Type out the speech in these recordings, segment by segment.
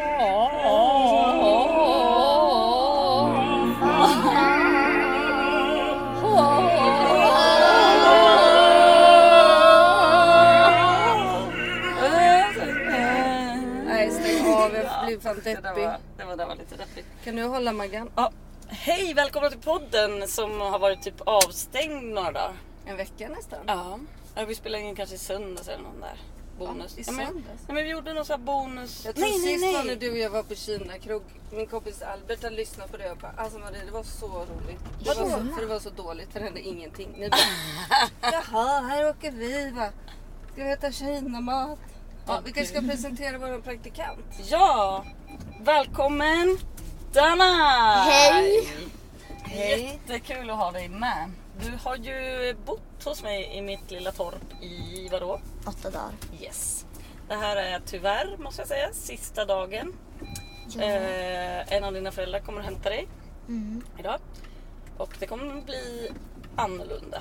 Det var lite deppigt. Kan du hålla Maggan? Ja. Hej, välkomna till podden som har varit typ avstängd några dagar. En vecka nästan. Ja, vi spelade in kanske i söndags eller någon där bonus. Ja, i söndags? Nej, men vi gjorde någon sån här bonus. Jag tror sist var när du och jag var på Kina krog. Min kompis Albert hade lyssnat på det och bara, alltså Marie, det var så roligt. Det var så dåligt, för det hände ingenting. Ni bara, jaha, här åker vi va. Ska vi äta Kina-mat? Ja, vi kanske ska presentera vår praktikant. Ja, välkommen Dana! Hej! Jättekul att ha dig med. Du har ju bott hos mig i mitt lilla torp i vadå? 8 dagar. Yes. Det här är tyvärr, måste jag säga, sista dagen. Ja. En av dina föräldrar kommer att hämta dig idag. Och det kommer att bli annorlunda.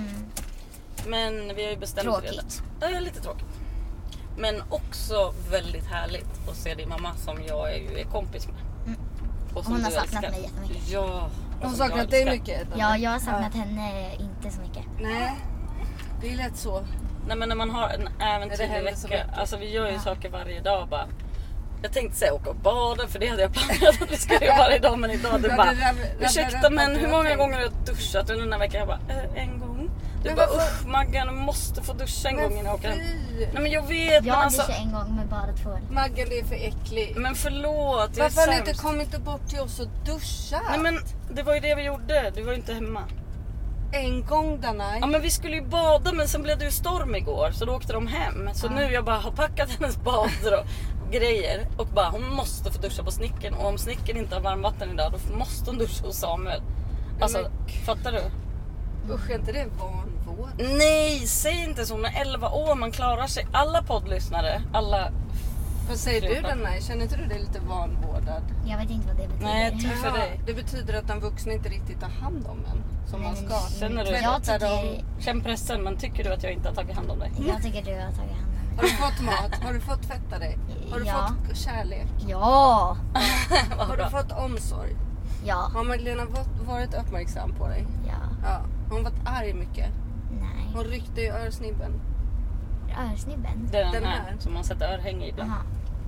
Men vi har ju bestämt Tråkigt. Det är lite tråkigt. Men också väldigt härligt att se din mamma som jag är kompis med. Och hon har saknat mig jättemycket. Ja. Hon har saknat dig mycket? Ja, jag har saknat henne inte så mycket. Nej, det är lätt så. Nej, men när man har en äventyrlig vecka. Alltså vi gör ju saker varje dag bara. Jag tänkte säga åka och bada, för det hade jag planerat att vi skulle göra varje dag. Men idag det bara, ursäkta men hur många gånger har jag duschat under den här veckan? Jag bara, en gång. Du bara, Maggan måste få duscha en gång innan jag åker hem. Nej men jag vet. Jag alltså, duschade en gång med badet tvål. Maggan, det är för äckligt. Men förlåt, varför har ni inte kommit bort till oss och duschat? Nej men det var ju det vi gjorde, du var ju inte hemma. En gång Danaj. Ja men vi skulle ju bada, men sen blev det ju storm igår. Så då åkte de hem. Så nu jag bara har packat hennes bad och grejer. Och bara, hon måste få duscha på snicken. Och om snicken inte har varmvatten idag, då måste hon duscha hos Samuel. Alltså, fattar du? Usch, inte det vanvård? Nej, säg inte så. Hon är 11 år, man klarar sig. Alla poddlyssnare, alla... Vad säger du Danaj? Känner inte du dig lite vanvårdad? Jag vet inte vad det betyder. Nej, typ för dig. Det betyder att en vuxen inte riktigt tar hand om en som man ska. Känner du? Jag tycker... Känn pressen, men tycker du att jag inte har tagit hand om dig? Jag tycker du har tagit hand om mig. Har du fått mat? Har du fått tvätta dig? Har du fått kärlek? Ja! Har du fått omsorg? Ja. Har Magdalena varit uppmärksam på dig? Ja. Har hon varit arg mycket? Nej. Hon ryckte i örsnibben. Örsnibben? Den här som man sätter örhänge i ibland. Jaha.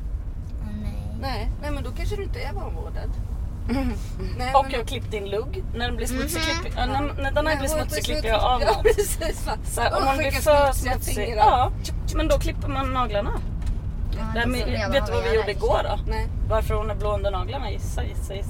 Nej, men då kanske du inte är vanvårdad. Nej, och jag klippte din lugg. När den blir smutsig klipper när den här blir smutsig klipper jag av den. Ja, precis. Så om man blir för smutsig, men då klipper man naglarna. Vet du vad vi gjorde igår då? Nej. Varför hon är blå under naglarna? Gissa.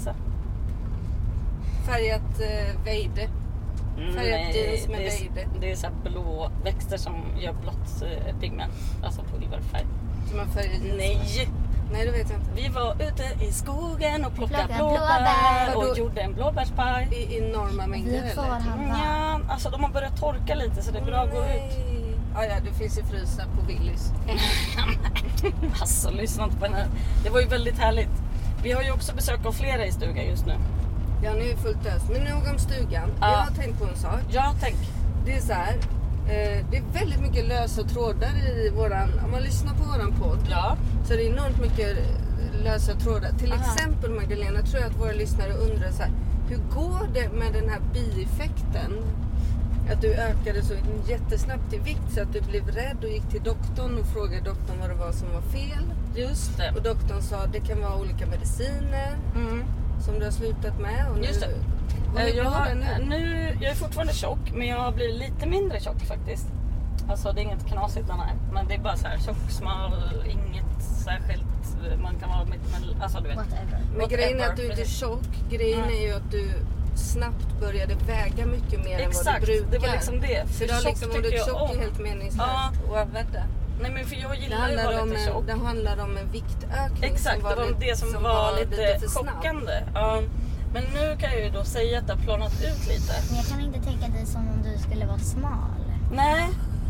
Färgat Veide. Färgat jeans med Veide. Det är så här blå växter som gör blått pigment. Alltså pulverfärg. Som man färgar jeans. Nej, det vet jag inte. Vi var ute i skogen och plockade blåbär och gjorde en blåbärspaj. I enorma mängder eller? Ja, alltså de har börjat torka lite så det är bra att gå ut. Ja, det finns ju frysa på Willys. Alltså, lyssna inte på henne. Det var ju väldigt härligt. Vi har ju också besök av flera i stugan just nu. Ja, nu är fullt ös. Men nog om stugan. Jag har tänkt på en sak. Ja, tänk. Det är så här. Det är väldigt mycket lösa trådar i våran... Om man lyssnar på våran podd så är det enormt mycket lösa trådar. Till exempel Magdalena, tror jag att våra lyssnare undrar så här, hur går det med den här bieffekten? Att du ökade så jättesnabbt i vikt så att du blev rädd och gick till doktorn och frågade doktorn vad det var som var fel. Just det. Och doktorn sa att det kan vara olika mediciner som du har slutat med. Och just det. Jag är fortfarande tjock, men jag har blivit lite mindre tjock faktiskt. Alltså det är inget knasigt men det är bara så här tjocksmal, inget särskilt man kan vara mitt med, alltså du vet. Men grejen är att du inte är tjock. Grejen är ju att du snabbt började väga mycket mer än vad du brukar. Det var liksom det. För det liksom, om du är tjock är helt meningslöst och avvärda. Nej, men för jag gillar ju vara lite tjock. Det handlar om en viktökning. Exakt, det var det som var lite chockande. Ja. Men nu kan jag ju då säga att det har planat ut lite. Men jag kan inte tänka dig som om du skulle vara smal. Nej.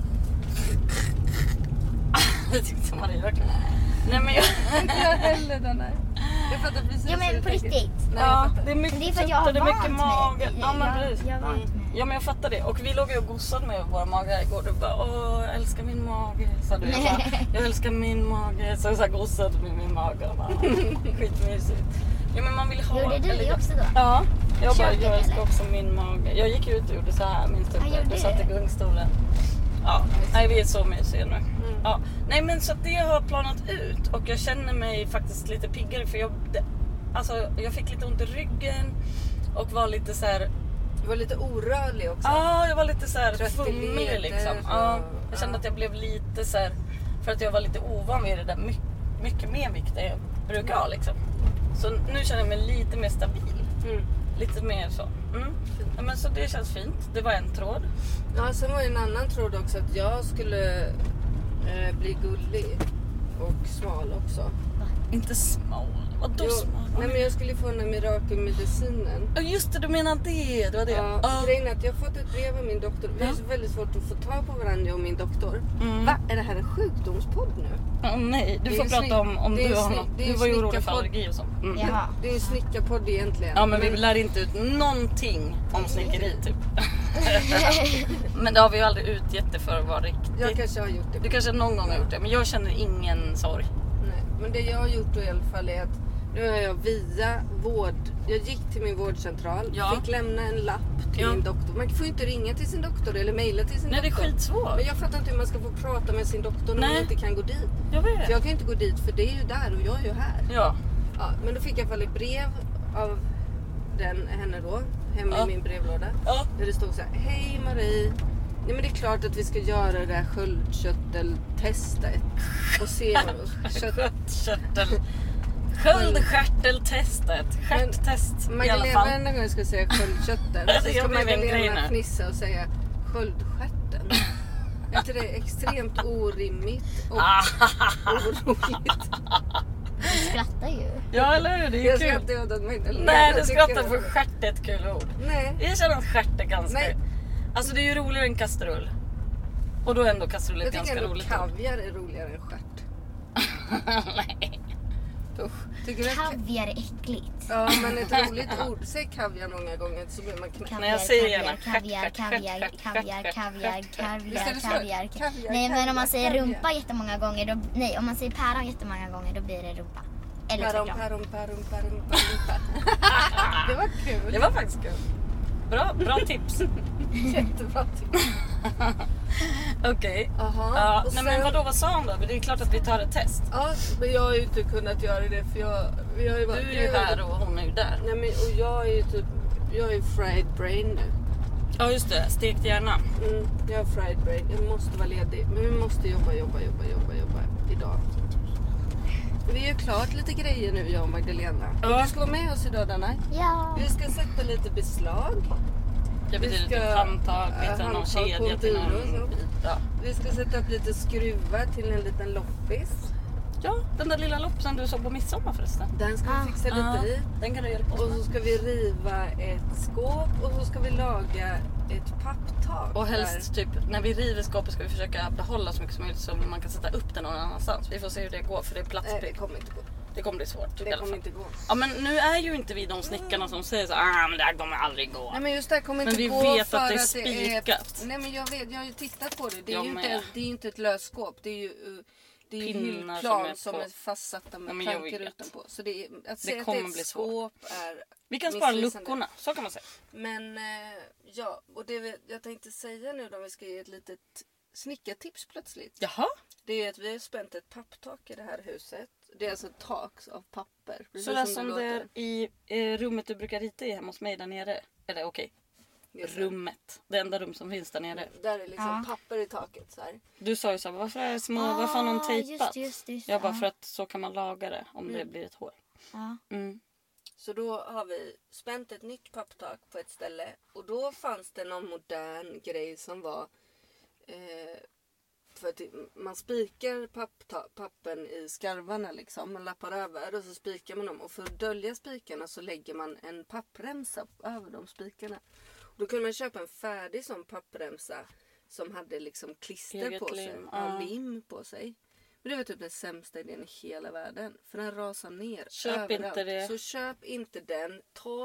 Det tyckte Marie verkligen. Nej men jag... Inte jag heller den här. Jag fattar precis. Ja men på riktigt. Ja, det är mycket det är för att jag har det är mycket mage. Ja, men precis. Jag har vant mig. Ja, men jag fattar det. Och vi låg ju och gossade med våra magar igår. Du bara, åh, jag älskar min mage. Så du, jag älskar min mage. Så jag gossade med min mage. Skitmysigt. Ja, men man vill ha... Gjorde du det också då? Ja, jag älskar eller? också min mage. Jag gick ut och gjorde så här, minst upp. Du satt i gungstolen. Ja, nej, vi är så mysiga nu. Ja. Nej, men så att det har planat ut. Och jag känner mig faktiskt lite piggare. För jag fick lite ont i ryggen. Och var lite så här... Du var lite orörlig också. Ja, jag var lite så här Trött i fummig leder, liksom. Ja, jag kände att jag blev lite så här, för att jag var lite ovan vid det där mycket mer vikt än jag brukar ha liksom. Så nu känner jag mig lite mer stabil. Lite mer så. Ja, men så det känns fint. Det var en tråd. Ja, sen var det en annan tråd också att jag skulle bli gullig och smal också. Inte smal. Vadå smal? Nej, men jag skulle få den här mirakelmedicinen. Ja, just det, du menar det. Det var det. Ja, grejen är att jag har fått ett brev av min doktor. Det är så väldigt svårt att få tag på varandra och min doktor. Va? Är det här en sjukdomspodd nu? Nej, du får prata om du har något. Du var ju orolig för allergi och sånt. Jaha. Det är en snickarpodd egentligen. Ja, men vi lär inte ut någonting om snickeri typ. Men det har vi ju aldrig utgett det för att vara riktigt. Jag kanske har gjort det. Du kanske någon gång har gjort det, men jag känner ingen sorg. Nej, men det jag har gjort då i alla fall är att nu har jag via jag gick till min vårdcentral, fick lämna en lapp till min doktor. Man får ju inte ringa till sin doktor eller mejla till sin doktor. Nej, det är skitsvårt. Men jag fattar inte hur man ska få prata med sin doktor när man inte kan gå dit. Jag vet. För jag kan ju inte gå dit för det är ju där och jag är ju här. Ja. Ja, men då fick jag i alla fall ett brev av henne då, hemma i min brevlåda. Ja. Där det stod så här: hej Marie. Nej, men det är klart att vi ska göra det här sköldkörteltestet och se Sköldkörteltestet. Stjärttest i alla fall. Varenda gång jag ska säga sköldkörtel så ska Magdalena fnissa och säga sköldstjärten. Är inte det extremt orimligt och oroligt? Du skrattar ju. Ja, eller hur? Det är jag kul. skrattar ju åt att Magdalena. Nej, du skrattar för stjärt är ett kul ord. Nej. Jag känner att stjärt är ganska... Nej. Alltså det är ju roligare än kastrull. Och då ändå kastrull är ganska roligt. Jag tycker kaviar är roligare än stjärt. Nej. Kaviar är äckligt. Ja, men ett roligt ord. Säg kaviar många gånger så blir man knäpp. Nej, jag säger gärna kaviar. Nej, men om man säger rumpa jättemånga gånger då, nej, om man säger päron jättemånga gånger då blir det rumpa. Eller päron. Det var kul. Det var faktiskt kul. Bra tips. Jättebra tips. Okej. Ja, men vad sa hon då? Det är klart att vi tar ett test. Ja, men jag har ju inte kunnat göra det för vi har ju varit, du är ju här och hon är ju där. Nej, men och jag är ju jag är fried brain nu. Ja, just det. Stekt hjärna. Jag har fried brain. Jag måste vara ledig. Men vi måste jobba idag. Vi gör klart lite grejer nu, jag och Magdalena. Ja. Du ska vara med oss idag, Danna. Ja. Vi ska sätta lite beslag. Jag betyder typ handtag, lite någon kedja till någon bit. Ja. Vi ska sätta upp lite skruvar till en liten loppis. Ja, den där lilla loppisen du såg på midsommar förresten. Den ska vi fixa lite i. Den kan du hjälpa oss med. Och så ska vi riva ett skåp och så ska vi laga ett papptak. Och helst typ, när vi river skåpet ska vi försöka behålla så mycket som möjligt så man kan sätta upp den någon annanstans. Vi får se hur det går för det är platsbrist. Nej, det kommer inte gå. Det kommer bli svårt. Det kommer inte gå. Ja, men nu är ju inte vi de snickarna som säger så men det här kommer aldrig gå. Nej, men just det här kommer inte gå. Men vi vet för att det är spikat. Nej, men jag har ju tittat på det. Det är ju inte ett lösskåp. Det är ju hyllplan som är fastsatta med plankor utanpå. Så det är, att det kommer bli svårt. Vi kan spara luckorna, så kan man säga. Men ja, och det jag tänkte säga nu då, vi ska ge ett litet snickartips plötsligt. Jaha. Det är att vi har spänt ett papptak i det här huset. Det är alltså ett tak av papper. Så det som det är i rummet du brukar rita i hemma hos mig där nere. Eller okej. Rummet. Det enda rum som finns där nere. Där är liksom papper i taket så här. Du sa ju så här, varför är det små, varför har någon tejpat? Just, jag bara för att så kan man laga det om det blir ett hål. Ja. Så då har vi spänt ett nytt papptak på ett ställe. Och då fanns det någon modern grej som var för att man spikar pappen i skarvarna liksom. Man lappar över och så spikar man dem. Och för att dölja spikarna så lägger man en pappremsa över de spikarna. Och då kunde man köpa en färdig sån pappremsa som hade liksom klister på sig. Lim på sig. Men det var typ den sämsta idén i hela världen. För den rasar ner Köp överallt. inte det. Så köp inte den.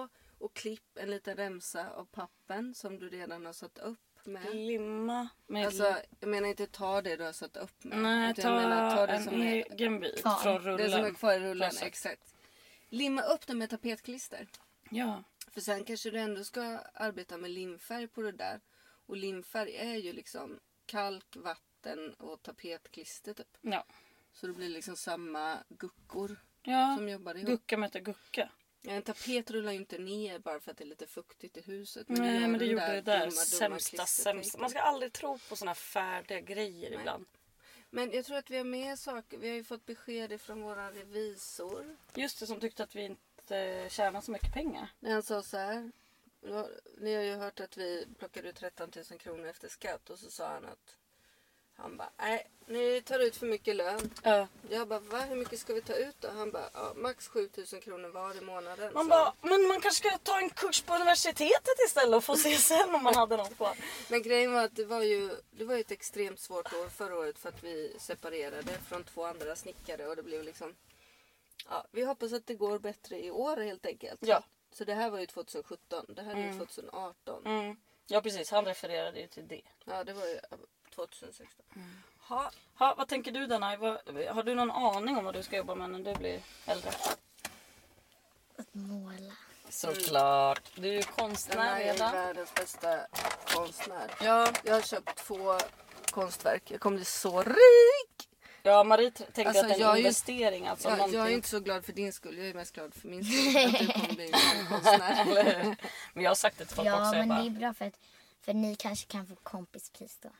Och klipp en liten remsa av pappen som du redan har satt upp med. Limma med... Alltså, jag menar inte ta det du har satt upp med. Nej, ta det som egen bit från rullen. Det som är kvar i rullen, exakt. Limma upp det med tapetklister. Ja. För sen kanske du ändå ska arbeta med limfärg på det där. Och limfärg är ju liksom kalk, vatten och tapetklister typ. Ja. Så det blir liksom samma guckor som jobbar ihop. Gucka möter gucka. Ja, en tapet rullar ju inte ner bara för att det är lite fuktigt i huset. Nej, men det gjorde det där sämsta. Man ska aldrig tro på såna färdiga grejer ibland. Men jag tror att vi har mer saker. Vi har ju fått besked från våra revisor. Just det, som tyckte att vi inte tjänar så mycket pengar. När han sa så här. Ni har ju hört att vi plockade ut 13 000 kronor efter skatt. Och så sa han att han bara, nej, ni tar ut för mycket lön. Jag bara, va? Hur mycket ska vi ta ut då? Han bara, max 7 000 kronor var i månaden. Man bara, men man kanske ska ta en kurs på universitetet istället och få se sen om man hade något kvar. Men grejen var att det var ju ett extremt svårt år förra året för att vi separerade från 2 andra snickare. Och det blev liksom, vi hoppas att det går bättre i år helt enkelt. Ja. Så det här var ju 2017, det här är ju 2018. Ja, precis. Han refererade ju till det. Ja, det var ju 2016. Vad tänker du Danai? Har du någon aning om vad du ska jobba med när du blir äldre? Att måla. Såklart. Du är ju konstnär redan. Jag är världens bästa konstnär. Ja. Jag har köpt 2 konstverk. Jag kommer bli så rik! Ja, Marie tänkte att det är en investering. Alltså, jag är inte så glad för din skull. Jag är mest glad för min skull. Att du kommer bli en konstnär. Men jag har sagt det till folk också. Ja, men det är bra för ni kanske kan få kompispris då.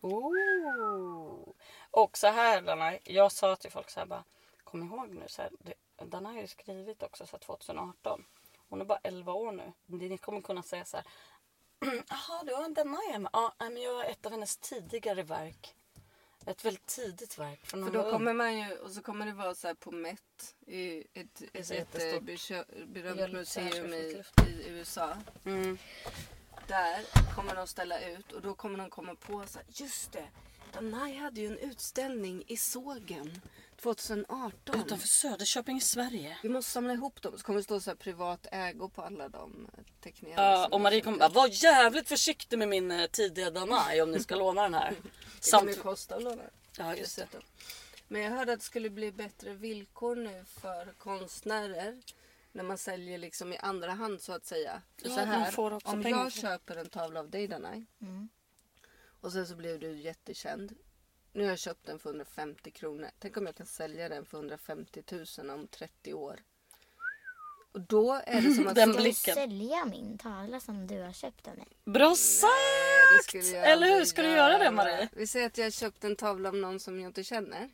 Och så här Danai, jag sa till folk så här bara, kom ihåg nu så här, Danai har ju skrivit också så här 2018. Hon är bara 11 år nu. Ni kommer kunna säga så här, jaha, du har en Danai med. Ja, men jag har ett av hennes tidigare verk. Ett väldigt tidigt verk. För då kommer man ju, och så kommer det vara så här på Met i ett berömt museum i USA. Där kommer de ställa ut och då kommer de komma på så här, just det, Danai hade ju en utställning i Sågen 2018. Utanför Söderköping i Sverige. Vi måste samla ihop dem, så kommer det stå så här privat ägo på alla de teckningarna. Ja, och Marie kommer bara, var jävligt försiktig med min tidiga Danai om ni ska låna den här. Det kommer ju kosta att låna. Ja, just det. Men jag hörde att det skulle bli bättre villkor nu för konstnärer. När man säljer liksom i andra hand så att säga. Ja, så här, får också om pengar. jag köper en tavla av dig Danai. Och sen så blir du jättekänd. Nu har jag köpt den för 150 kronor. Tänk om jag kan sälja den för 150 000 om 30 år. Och då är det som att... Den blicken. Sälja min tavla som du har köpt av mig. Bra sagt! Eller hur ska du göra det Marie? Vi säger att jag har köpt en tavla av någon som jag inte känner.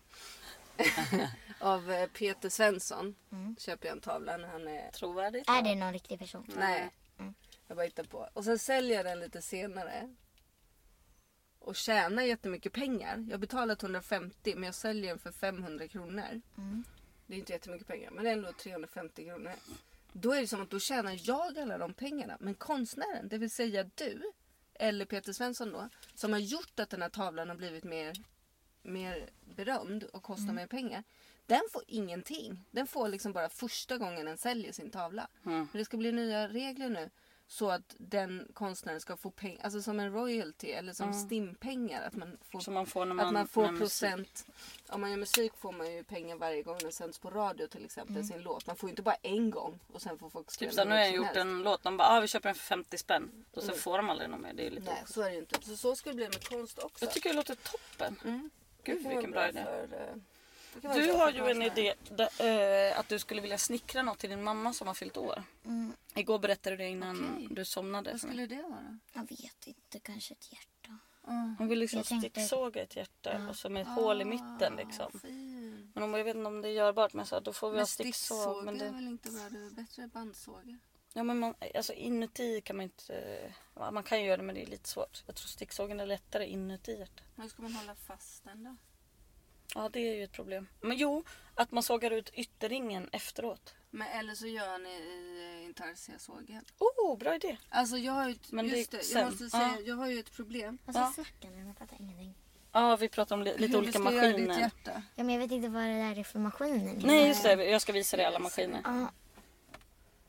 Av Peter Svensson köper jag en tavla när han är trovärdig. Är det någon riktig person? Nej, jag bara hittar på. Och sen säljer jag den lite senare. Och tjänar jättemycket pengar. Jag betalar 150 men jag säljer den för 500 kronor. Det är inte jättemycket pengar men det är ändå 350 kronor. Då är det som att då tjänar jag alla de pengarna. Men konstnären, det vill säga du eller Peter Svensson då, som har gjort att den här tavlan har blivit mer berömd och kostar mer pengar. Den får ingenting. Den får liksom bara första gången den säljer sin tavla. Men det ska bli nya regler nu. Så att den konstnären ska få pengar, alltså som en royalty eller som stimpengar. Att man får, som man får när man får procent. Om man gör musik får man ju pengar varje gång den sänds på radio till exempel sin låt. Man får inte bara en gång och sen får folk spela. Typ så nu har jag gjort en låt, de bara vi köper den för 50 spänn. Och så får de aldrig något mer, det är lite. Nej, så är det inte. Så ska det bli med konst också. Jag tycker det låter toppen. Gud vilken bra idé. För, du har ju en idé att du skulle vilja snickra något till din mamma som har fyllt år. Igår berättade du det innan du somnade. Vad skulle det vara? Jag vet inte, kanske ett hjärta. Hon vill liksom sticksåga ett hjärta och så med ett hål i mitten liksom. Men jag vet inte om det är görbart, men så då får vi ha sticksåg. Men det är väl inte bra, det är bättre bandsåga. Ja, men alltså inuti kan man inte... Man kan ju göra det, men det är lite svårt. Jag tror sticksågen är lättare inuti hjärtat. Hur ska man hålla fast den då? Ja, det är ju ett problem. Men jo, att man sågar ut ytterringen efteråt. Men eller så gör ni i intarsiasågen. Bra idé. Alltså jag har ju jag måste säga, jag har ju ett problem. Vad snackar ni om? Jag fattar ingenting. Ja, vi pratar om lite olika maskiner. Hur ska ditt hjärta? Ja, men jag vet inte vad det där är för maskiner. Nej, just det. Jag ska visa dig alla maskiner.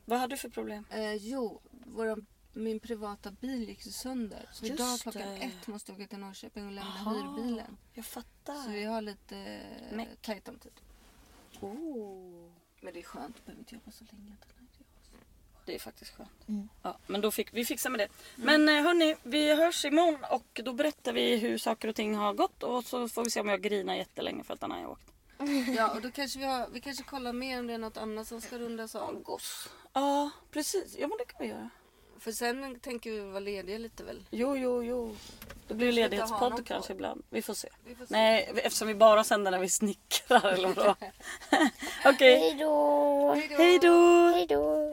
Vad hade du för problem? Min privata bil gick sönder. Så Just idag klockan 1 måste jag åka till Norrköping och lämna hyrbilen. Jag fattar. Så vi har lite tajt om tid. Men det är skönt, jag behöver inte jobba så länge. Det är faktiskt skönt. Ja, men då vi fixar med det. Men hörni, vi hörs imorgon och då berättar vi hur saker och ting har gått. Och så får vi se om jag grinar jättelänge för att den har åkt. Ja, och då kanske vi kanske kollar mer om det är något annat som ska rundas av. Ja, precis. Ja, men det kan vi göra. För sen tänker vi vara lediga lite väl? Jo. Det blir ledighetspodd kanske ibland. Vi får se. Nej, eftersom vi bara sänder när vi snickrar eller vad. Okej. Hej då. Hej då. Hej då.